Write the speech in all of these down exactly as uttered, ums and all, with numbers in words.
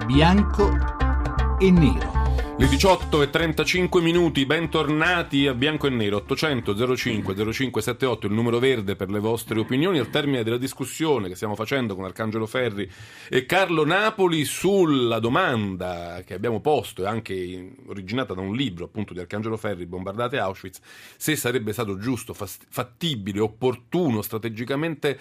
Bianco e nero. Le diciotto e trentacinque minuti, bentornati a Bianco e Nero. Ottocento zero cinque zero cinque sette otto, il numero verde per le vostre opinioni, al termine della discussione che stiamo facendo con Arcangelo Ferri e Carlo Napoli sulla domanda che abbiamo posto, e anche in, originata da un libro appunto di Arcangelo Ferri, Bombardate Auschwitz, se sarebbe stato giusto, fattibile, opportuno, strategicamente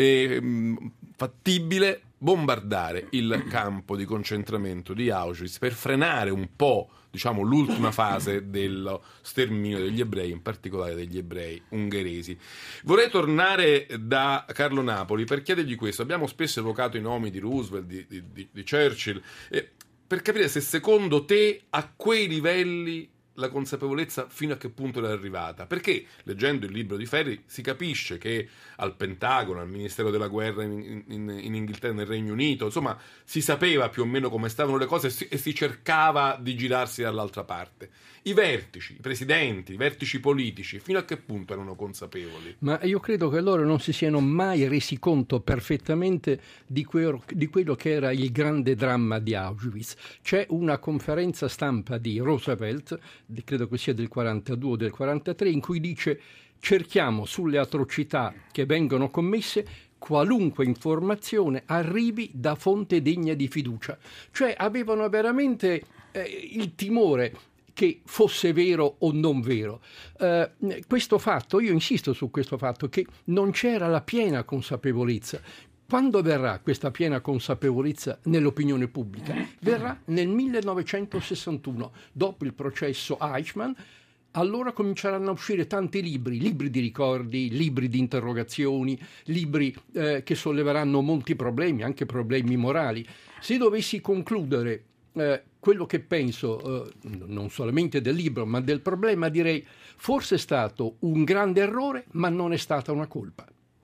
eh, fattibile bombardare il campo di concentramento di Auschwitz per frenare un po', diciamo, l'ultima fase dello sterminio degli ebrei, in particolare degli ebrei ungheresi. Vorrei tornare da Carlo Napoli per chiedergli questo. Abbiamo spesso evocato i nomi di Roosevelt, di, di, di Churchill, eh, per capire se secondo te a quei livelli la consapevolezza fino a che punto era arrivata, perché leggendo il libro di Ferri si capisce che al Pentagono, al Ministero della Guerra in, in, in Inghilterra, nel Regno Unito, insomma si sapeva più o meno come stavano le cose e si, e si cercava di girarsi dall'altra parte. I vertici, i presidenti, i vertici politici, fino a che punto erano consapevoli? Ma io credo che loro non si siano mai resi conto perfettamente di, que- di quello che era il grande dramma di Auschwitz. C'è una conferenza stampa di Roosevelt, credo che sia del quarantadue o del quarantatré, in cui dice: cerchiamo sulle atrocità che vengono commesse qualunque informazione arrivi da fonte degna di fiducia. Cioè avevano veramente eh, il timore che fosse vero o non vero. Eh, questo fatto, io insisto su questo fatto, che non c'era la piena consapevolezza. Quando verrà questa piena consapevolezza nell'opinione pubblica? Verrà nel millenovecentosessantuno, dopo il processo Eichmann. Allora cominceranno a uscire tanti libri, libri di ricordi, libri di interrogazioni, libri eh, che solleveranno molti problemi, anche problemi morali. Se dovessi concludere eh, quello che penso, eh, non solamente del libro, ma del problema, direi: forse è stato un grande errore, ma non è stata una colpa.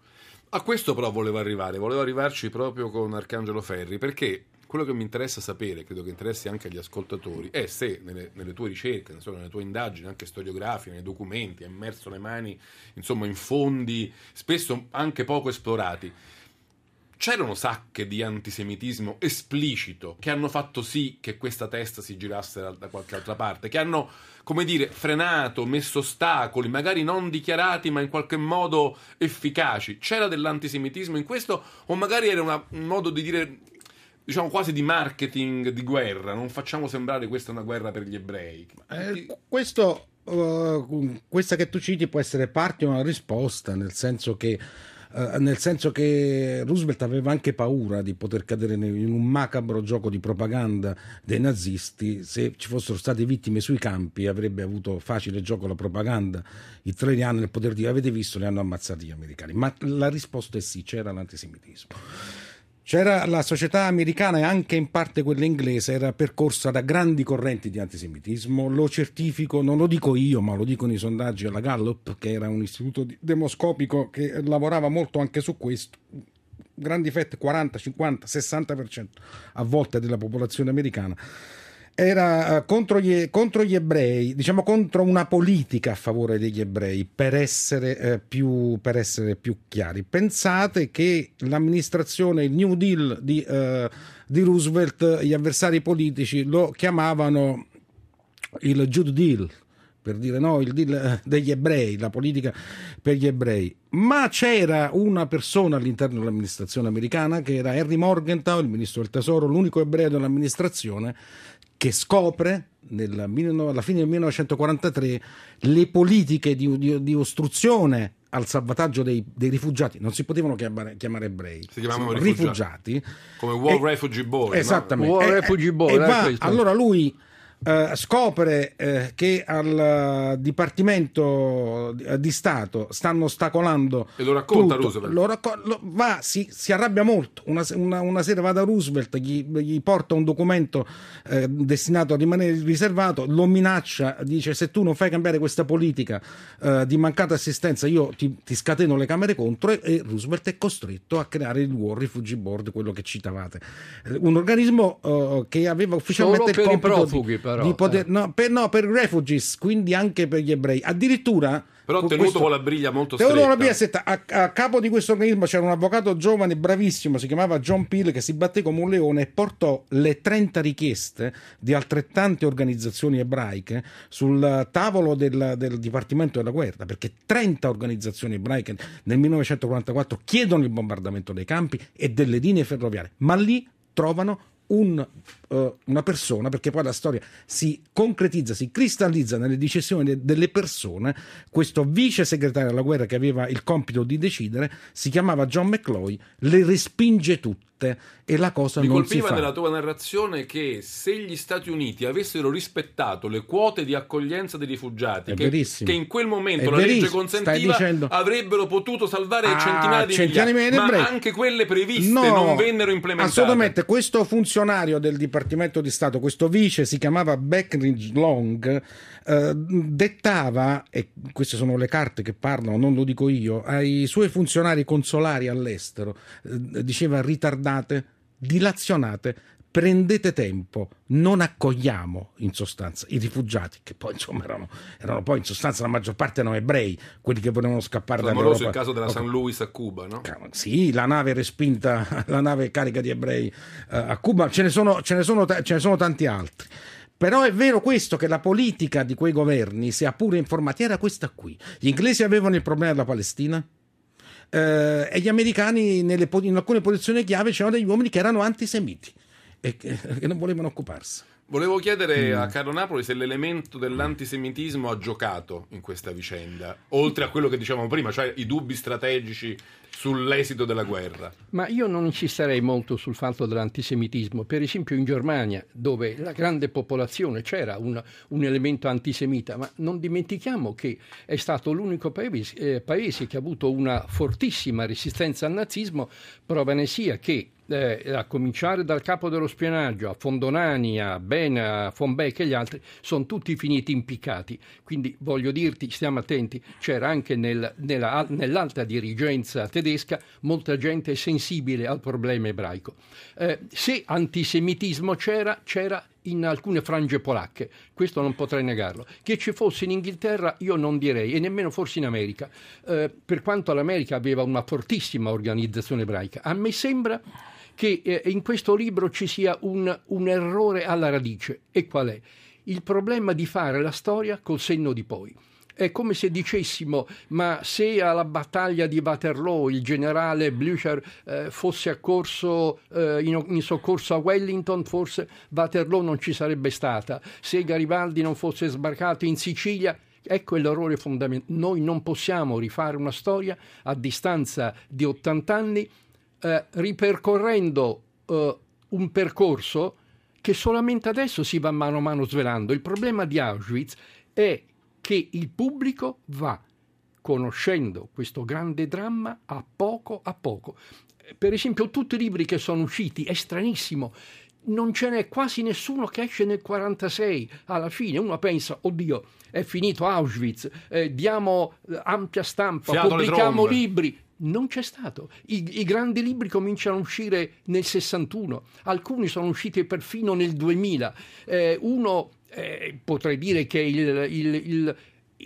A questo però volevo arrivare, volevo arrivarci proprio con Arcangelo Ferri, perché quello che mi interessa sapere, credo che interessi anche agli ascoltatori, è se nelle, nelle tue ricerche, insomma, nelle tue indagini, anche storiografiche, nei documenti, hai immerso le mani, insomma, in fondi spesso anche poco esplorati, c'erano sacche di antisemitismo esplicito che hanno fatto sì che questa testa si girasse da, da qualche altra parte, che hanno, come dire, frenato, messo ostacoli, magari non dichiarati ma in qualche modo efficaci? C'era dell'antisemitismo in questo, o magari era una, un modo di dire, diciamo, quasi di marketing di guerra? Non facciamo sembrare questa una guerra per gli ebrei. Eh, questo, uh, questa che tu citi può essere parte di una risposta, nel senso che Uh, nel senso che Roosevelt aveva anche paura di poter cadere in un macabro gioco di propaganda dei nazisti. Se ci fossero state vittime sui campi avrebbe avuto facile gioco la propaganda hitleriana nel poter dire: avete visto, li hanno ammazzati gli americani. Ma la risposta è sì, c'era l'antisemitismo. C'era la società americana, e anche in parte quella inglese, era percorsa da grandi correnti di antisemitismo. Lo certifico, non lo dico io, ma lo dicono i sondaggi alla Gallup, che era un istituto demoscopico che lavorava molto anche su questo. Grandi fette, quaranta, cinquanta, sessanta per cento a volte della popolazione americana era contro gli, contro gli ebrei, diciamo contro una politica a favore degli ebrei, per essere, eh, più, per essere più chiari. Pensate che l'amministrazione, il New Deal di, eh, di Roosevelt, gli avversari politici lo chiamavano il Jude Deal, per dire no, il deal degli ebrei, la politica per gli ebrei. Ma c'era una persona all'interno dell'amministrazione americana, che era Henry Morgenthau, il ministro del tesoro, l'unico ebreo dell'amministrazione, che scopre nella, alla fine del millenovecentoquarantatré le politiche di, di, di ostruzione al salvataggio dei, dei rifugiati. Non si potevano chiamare, chiamare ebrei, si chiamavano rifugiati, rifugiati, come War e, Refugee Boy, esattamente, no? War e, Refugee Boy, e va, questo. allora lui Uh, scopre uh, che al uh, Dipartimento di Stato stanno ostacolando, e lo racconta tutto. Roosevelt. Lo racco- lo, va, si, si arrabbia molto. Una, una, una sera va da Roosevelt, gli, gli porta un documento uh, destinato a rimanere riservato, lo minaccia, dice: se tu non fai cambiare questa politica uh, di mancata assistenza, io ti, ti scateno le camere contro. E, e Roosevelt è costretto a creare il War Refugee Board, quello che citavate, un organismo uh, che aveva ufficialmente solo per il compito i profughi, di, però, di poter, eh. no, per, no, per i refugees, quindi anche per gli ebrei. Addirittura Però con tenuto questo- con la briglia molto tenuto con la stretta. briglia stretta. A, a capo di questo organismo c'era un avvocato giovane bravissimo, si chiamava John Peel, che si batté come un leone e portò le trenta richieste di altrettante organizzazioni ebraiche sul tavolo del, del Dipartimento della Guerra, perché trenta organizzazioni ebraiche nel millenovecentoquarantaquattro chiedono il bombardamento dei campi e delle linee ferroviarie, ma lì trovano un, uh, una persona, perché poi la storia si concretizza, si cristallizza nelle decisioni de- delle persone. Questo vice segretario della guerra, che aveva il compito di decidere, si chiamava John McCloy, le respinge tutte e la cosa Mi non si colpiva fa. nella tua narrazione che se gli Stati Uniti avessero rispettato le quote di accoglienza dei rifugiati, È che, verissimo. che in quel momento È la legge verissimo. Stai consentiva, dicendo- avrebbero potuto salvare Ah, centinaia di centinaia migliaia, di ma ebrei. anche quelle previste No, non vennero implementate. Assolutamente, questo funzionario del Dipartimento di Stato, questo vice, si chiamava Beckridge Long, eh, dettava, e queste sono le carte che parlano, non lo dico io, ai suoi funzionari consolari all'estero, eh, diceva: ritardate, dilazionate, prendete tempo, non accogliamo in sostanza i rifugiati, che poi insomma erano, erano poi in sostanza la maggior parte erano ebrei, quelli che volevano scappare Clamoroso dall'Europa. il caso della Ok. San Luis a Cuba, no? Sì, la nave respinta, la nave carica di ebrei eh, a Cuba, ce ne sono, ce ne sono, ta- ce ne sono tanti altri. Però è vero questo, che la politica di quei governi, sia pure informati, era questa qui. Gli inglesi avevano il problema della Palestina, eh, e gli americani nelle, po- in alcune posizioni chiave c'erano degli uomini che erano antisemiti e che, che non volevano occuparsi. Volevo chiedere Mm. a Carlo Napoli se l'elemento dell'antisemitismo ha giocato in questa vicenda, oltre a quello che dicevamo prima, cioè i dubbi strategici sull'esito della guerra. Ma io non insisterei molto sul fatto dell'antisemitismo. Per esempio in Germania, dove la grande popolazione c'era un, un elemento antisemita, ma non dimentichiamo che è stato l'unico paese, eh, paese che ha avuto una fortissima resistenza al nazismo, prova ne sia che Eh, a cominciare dal capo dello spionaggio, a Fondonani, a Ben, a von Beck e gli altri, sono tutti finiti impiccati. Quindi voglio dirti, stiamo attenti, c'era anche nel, nella, nell'alta dirigenza tedesca molta gente sensibile al problema ebraico. Eh, se antisemitismo c'era, c'era in alcune frange polacche, questo non potrei negarlo. Che ci fosse in Inghilterra io non direi, e nemmeno forse in America, eh, per quanto l'America aveva una fortissima organizzazione ebraica. A me sembra che eh, in questo libro ci sia un, un errore alla radice. E qual è? Il problema di fare la storia col senno di poi. È come se dicessimo: ma se alla battaglia di Waterloo il generale Blücher eh, fosse accorso eh, in, in soccorso a Wellington, forse Waterloo non ci sarebbe stata. Se Garibaldi non fosse sbarcato in Sicilia. Ecco l'errore fondamentale. Noi non possiamo rifare una storia a distanza di ottanta anni eh, ripercorrendo eh, un percorso che solamente adesso si va mano a mano svelando. Il problema di Auschwitz è che il pubblico va conoscendo questo grande dramma a poco a poco. Per esempio, tutti i libri che sono usciti, è stranissimo, non ce n'è quasi nessuno che esce nel quarantasei. Alla fine uno pensa: oddio, è finito Auschwitz, eh, diamo ampia stampa, Fiato alle pubblichiamo trombe. libri. Non c'è stato. I, I grandi libri cominciano a uscire nel sessantuno, alcuni sono usciti perfino nel duemila. Eh, uno eh, potrei dire che il, il, il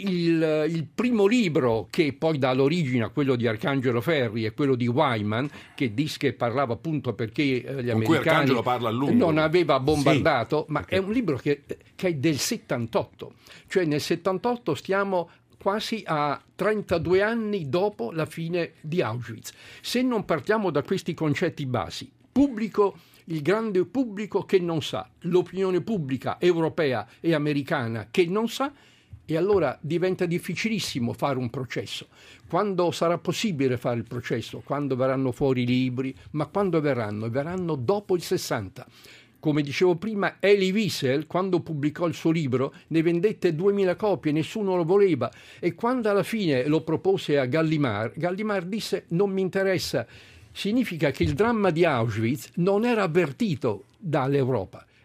Il, il primo libro che poi dà l'origine a quello di Arcangelo Ferri è quello di Wyman, che dice che parlava appunto perché eh, gli Con cui americani Arcangelo parla a lungo. non aveva bombardato, Sì, ma perché- è un libro che, che è del settantotto, cioè nel settantotto stiamo quasi a trentadue anni dopo la fine di Auschwitz. Se non partiamo da questi concetti basi, pubblico, il grande pubblico che non sa, l'opinione pubblica europea e americana che non sa, e allora diventa difficilissimo fare un processo. Quando sarà possibile fare il processo? Quando verranno fuori i libri? Ma quando verranno? Verranno dopo il sessanta. Come dicevo prima, Elie Wiesel, quando pubblicò il suo libro, ne vendette duemila copie, nessuno lo voleva. E quando alla fine lo propose a Gallimard, Gallimard disse: non mi interessa. Significa che il dramma di Auschwitz non era avvertito dall'Europa.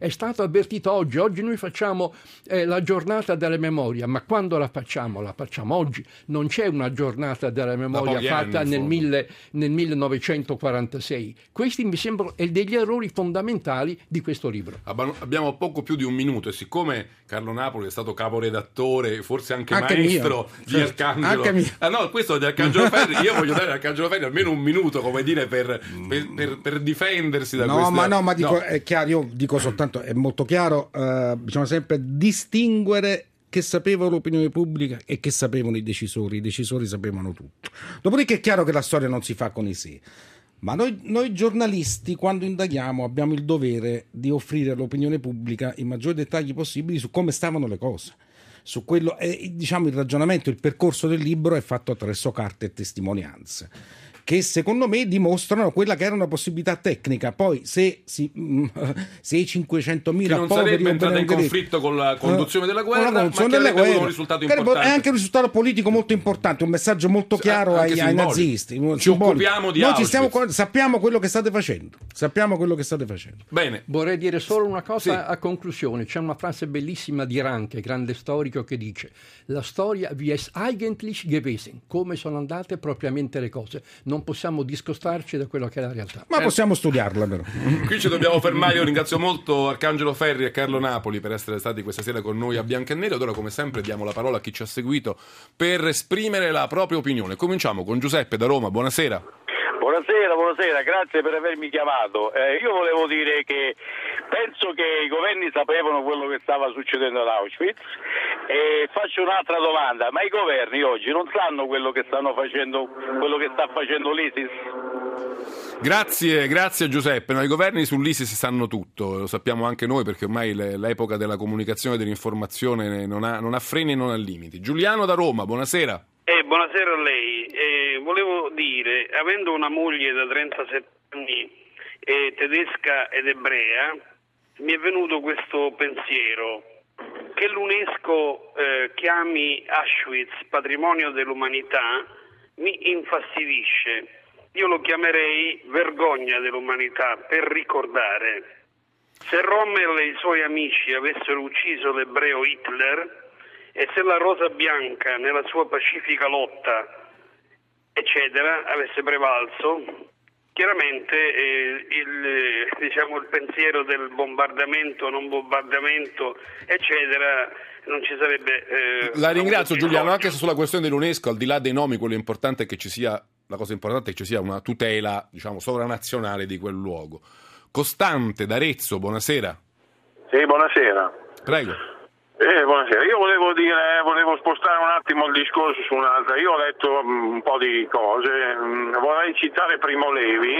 è stato avvertito oggi. Oggi noi facciamo eh, la giornata della memoria, ma quando la facciamo? La facciamo oggi. Non c'è una giornata della memoria fatta anni, nel, mille, nel millenovecentoquarantasei. Questi mi sembrano degli errori fondamentali di questo libro. Abbiamo poco più di un minuto e siccome Carlo Napoli è stato caporedattore, forse anche, anche maestro mio. di Certo. Arcangelo, ah no, questo di Arcangelo Ferri, io voglio dare a Arcangelo Ferri almeno un minuto, come dire, per, per, per, per difendersi da no, questa... ma no, ma dico, no. è chiaro, io dico soltanto, è molto chiaro, eh, bisogna sempre distinguere che sapeva l'opinione pubblica e che sapevano i decisori. I decisori sapevano tutto. Dopodiché è chiaro che la storia non si fa con i sé. Ma noi, noi giornalisti, quando indaghiamo, abbiamo il dovere di offrire all'opinione pubblica i maggiori dettagli possibili su come stavano le cose. Su quello, eh, diciamo, il ragionamento, il percorso del libro è fatto attraverso carte e testimonianze, che secondo me dimostrano quella che era una possibilità tecnica. Poi se, si, se i cinquecentomila che non poveri sarebbe entrata in ungheresi, conflitto con la conduzione della guerra, la ma che avrebbe avuto un risultato importante. È anche un risultato politico molto importante, un messaggio molto chiaro ai, ai nazisti. Ci simbolico. occupiamo di Noi Auschwitz. ci stiamo, sappiamo quello che state facendo. Sappiamo quello che state facendo. Bene. Vorrei dire solo una cosa Sì. a conclusione. C'è una frase bellissima di Ranke, grande storico, che dice: la storia wie es eigentlich gewesen, come sono andate propriamente le cose. Non possiamo discostarci da quello che è la realtà. Ma Eh. possiamo studiarla però. Qui ci dobbiamo fermare. Io ringrazio molto Arcangelo Ferri e Carlo Napoli per essere stati questa sera con noi a Bianco e Nero. Ed ora, come sempre, diamo la parola a chi ci ha seguito per esprimere la propria opinione. Cominciamo con Giuseppe da Roma. Buonasera. Buonasera, buonasera, grazie per avermi chiamato. Eh, io volevo dire che penso che i governi sapevano quello che stava succedendo ad Auschwitz e faccio un'altra domanda: ma i governi oggi non sanno quello che stanno facendo, quello che sta facendo l'ISIS? Grazie, grazie Giuseppe. No, i governi sull'ISIS sanno tutto, lo sappiamo anche noi, perché ormai le, l'epoca della comunicazione e dell'informazione non ha, non ha freni e non ha limiti. Giuliano da Roma, buonasera. Eh, buonasera a lei. Eh, volevo dire, avendo una moglie da trentasette anni eh, tedesca ed ebrea, mi è venuto questo pensiero: che l'UNESCO eh, chiami Auschwitz patrimonio dell'umanità mi infastidisce. Io lo chiamerei vergogna dell'umanità, per ricordare. Se Rommel e i suoi amici avessero ucciso l'ebreo Hitler, e se la Rosa Bianca nella sua pacifica lotta, eccetera, avesse prevalso, chiaramente eh, il, diciamo, il pensiero del bombardamento, non bombardamento, eccetera, non ci sarebbe... Eh, La ringrazio Giuliano, anche se sulla questione dell'UNESCO, al di là dei nomi, quello importante è che ci sia, la cosa importante è che ci sia una tutela, diciamo, sovranazionale di quel luogo. Costante d'Arezzo, buonasera. Sì, buonasera. Prego. Eh, buonasera, io volevo dire, volevo spostare un attimo il discorso su un'altra. Io ho letto un po' di cose, vorrei citare Primo Levi,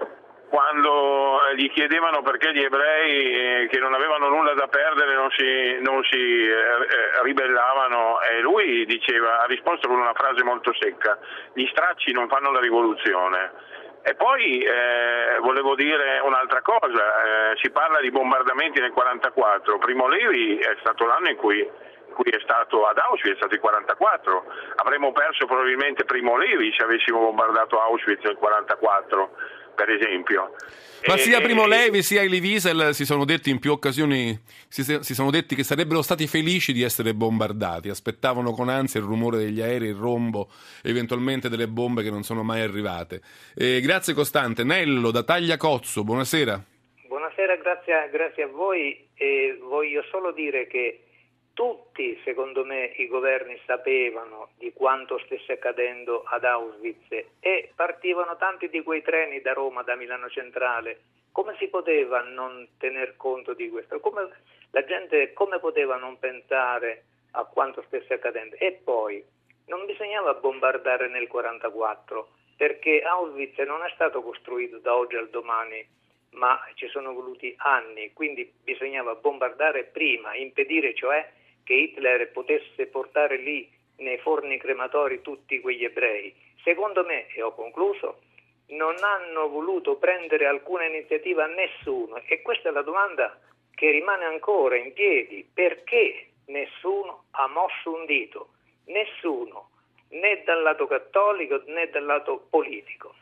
quando gli chiedevano perché gli ebrei che non avevano nulla da perdere non si, non si eh, ribellavano, e lui diceva, ha risposto con una frase molto secca: gli stracci non fanno la rivoluzione. E poi eh, volevo dire un'altra cosa, eh, si parla di bombardamenti nel quarantaquattro, Primo Levi è stato l'anno in cui, in cui è stato ad Auschwitz, è stato il quarantaquattro, avremmo perso probabilmente Primo Levi se avessimo bombardato Auschwitz nel quarantaquattro, per esempio. Ma e, sia Primo Levi sia Elie Wiesel si sono detti in più occasioni, si, si sono detti che sarebbero stati felici di essere bombardati, aspettavano con ansia il rumore degli aerei, il rombo eventualmente delle bombe che non sono mai arrivate. Eh, grazie Costante. Nello da Tagliacozzo, buonasera. Buonasera, grazie, grazie a voi. E voglio solo dire che tutti, secondo me, i governi sapevano di quanto stesse accadendo ad Auschwitz e partivano tanti di quei treni da Roma, da Milano Centrale. Come si poteva non tener conto di questo? Come, la gente come poteva non pensare a quanto stesse accadendo? E poi non bisognava bombardare nel quarantaquattro, perché Auschwitz non è stato costruito da oggi al domani, ma ci sono voluti anni, quindi bisognava bombardare prima, impedire cioè che Hitler potesse portare lì nei forni crematori tutti quegli ebrei. Secondo me, e ho concluso, non hanno voluto prendere alcuna iniziativa a nessuno, e questa è la domanda che rimane ancora in piedi: perché nessuno ha mosso un dito? Nessuno, né dal lato cattolico né dal lato politico.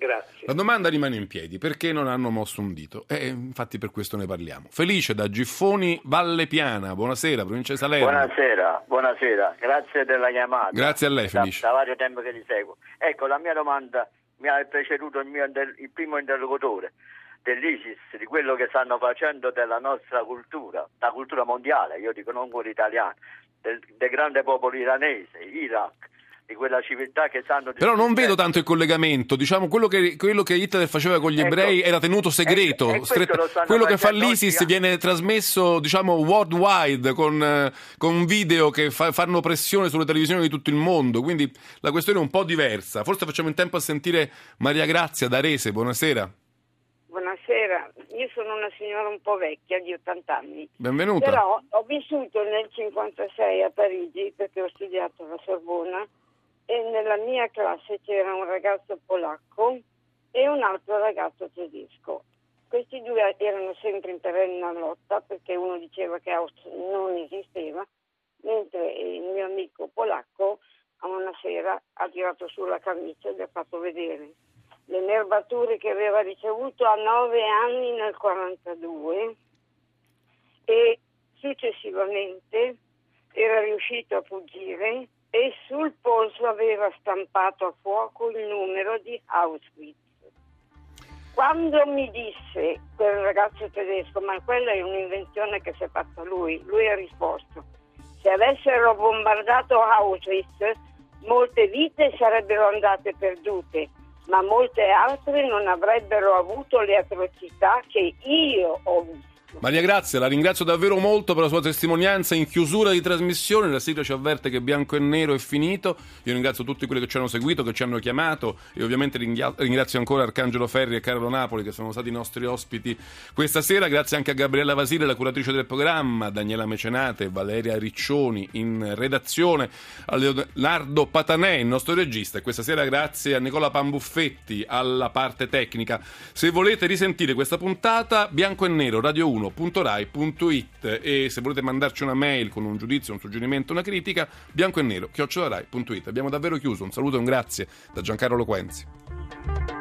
Grazie. La domanda rimane in piedi: perché non hanno mosso un dito? E infatti per questo ne parliamo. Felice da Giffoni, Valle Piana. Buonasera, provincia di Salerno. Buonasera, buonasera, grazie della chiamata. Grazie a lei, Felice. Da, da vario tempo che li seguo. Ecco, la mia domanda, mi ha preceduto il, mio, il primo interlocutore dell'ISIS, di quello che stanno facendo della nostra cultura, la cultura mondiale, io dico non quella italiana, del, del grande popolo iranese, Iraq, di quella civiltà che sanno... Però non vedo tanto il collegamento, diciamo quello che, quello che Hitler faceva con gli ecco, ebrei era tenuto segreto, ecco, stretta, quello che fa l'ISIS oggi viene trasmesso diciamo worldwide con, con video che fa, fanno pressione sulle televisioni di tutto il mondo, quindi la questione è un po' diversa. Forse facciamo in tempo a sentire Maria Grazia da Rese. Buonasera. Buonasera, io sono una signora un po' vecchia di ottanta anni. Benvenuta. Però ho vissuto nel cinquantasei a Parigi perché ho studiato alla Sorbona e nella mia classe c'era un ragazzo polacco e un altro ragazzo tedesco. Questi due erano sempre in perenne lotta perché uno diceva che Austria non esisteva, mentre il mio amico polacco a una sera ha tirato su la camicia e gli ha fatto vedere le nervature che aveva ricevuto a nove anni nel quarantadue e successivamente era riuscito a fuggire e sul polso aveva stampato a fuoco il numero di Auschwitz. Quando mi disse quel ragazzo tedesco, ma quella è un'invenzione che si è fatta lui, lui ha risposto: se avessero bombardato Auschwitz molte vite sarebbero andate perdute, ma molte altre non avrebbero avuto le atrocità che io ho visto. Maria Grazia, la ringrazio davvero molto per la sua testimonianza. In chiusura di trasmissione la sigla ci avverte che Bianco e Nero è finito. Io ringrazio tutti quelli che ci hanno seguito, che ci hanno chiamato, e ovviamente ringrazio ancora Arcangelo Ferri e Carlo Napoli che sono stati i nostri ospiti questa sera. Grazie anche a Gabriella Vasile, la curatrice del programma, Daniela Mecenate, Valeria Riccioni in redazione, a Leonardo Patanè, il nostro regista, e questa sera grazie a Nicola Pambuffetti alla parte tecnica. Se volete risentire questa puntata, Bianco e Nero, Radio uno punto rai punto it, e se volete mandarci una mail con un giudizio, un suggerimento, una critica, bianco e nero chiocciola rai punto it. Abbiamo davvero chiuso. Un saluto e un grazie da Giancarlo Loquenzi.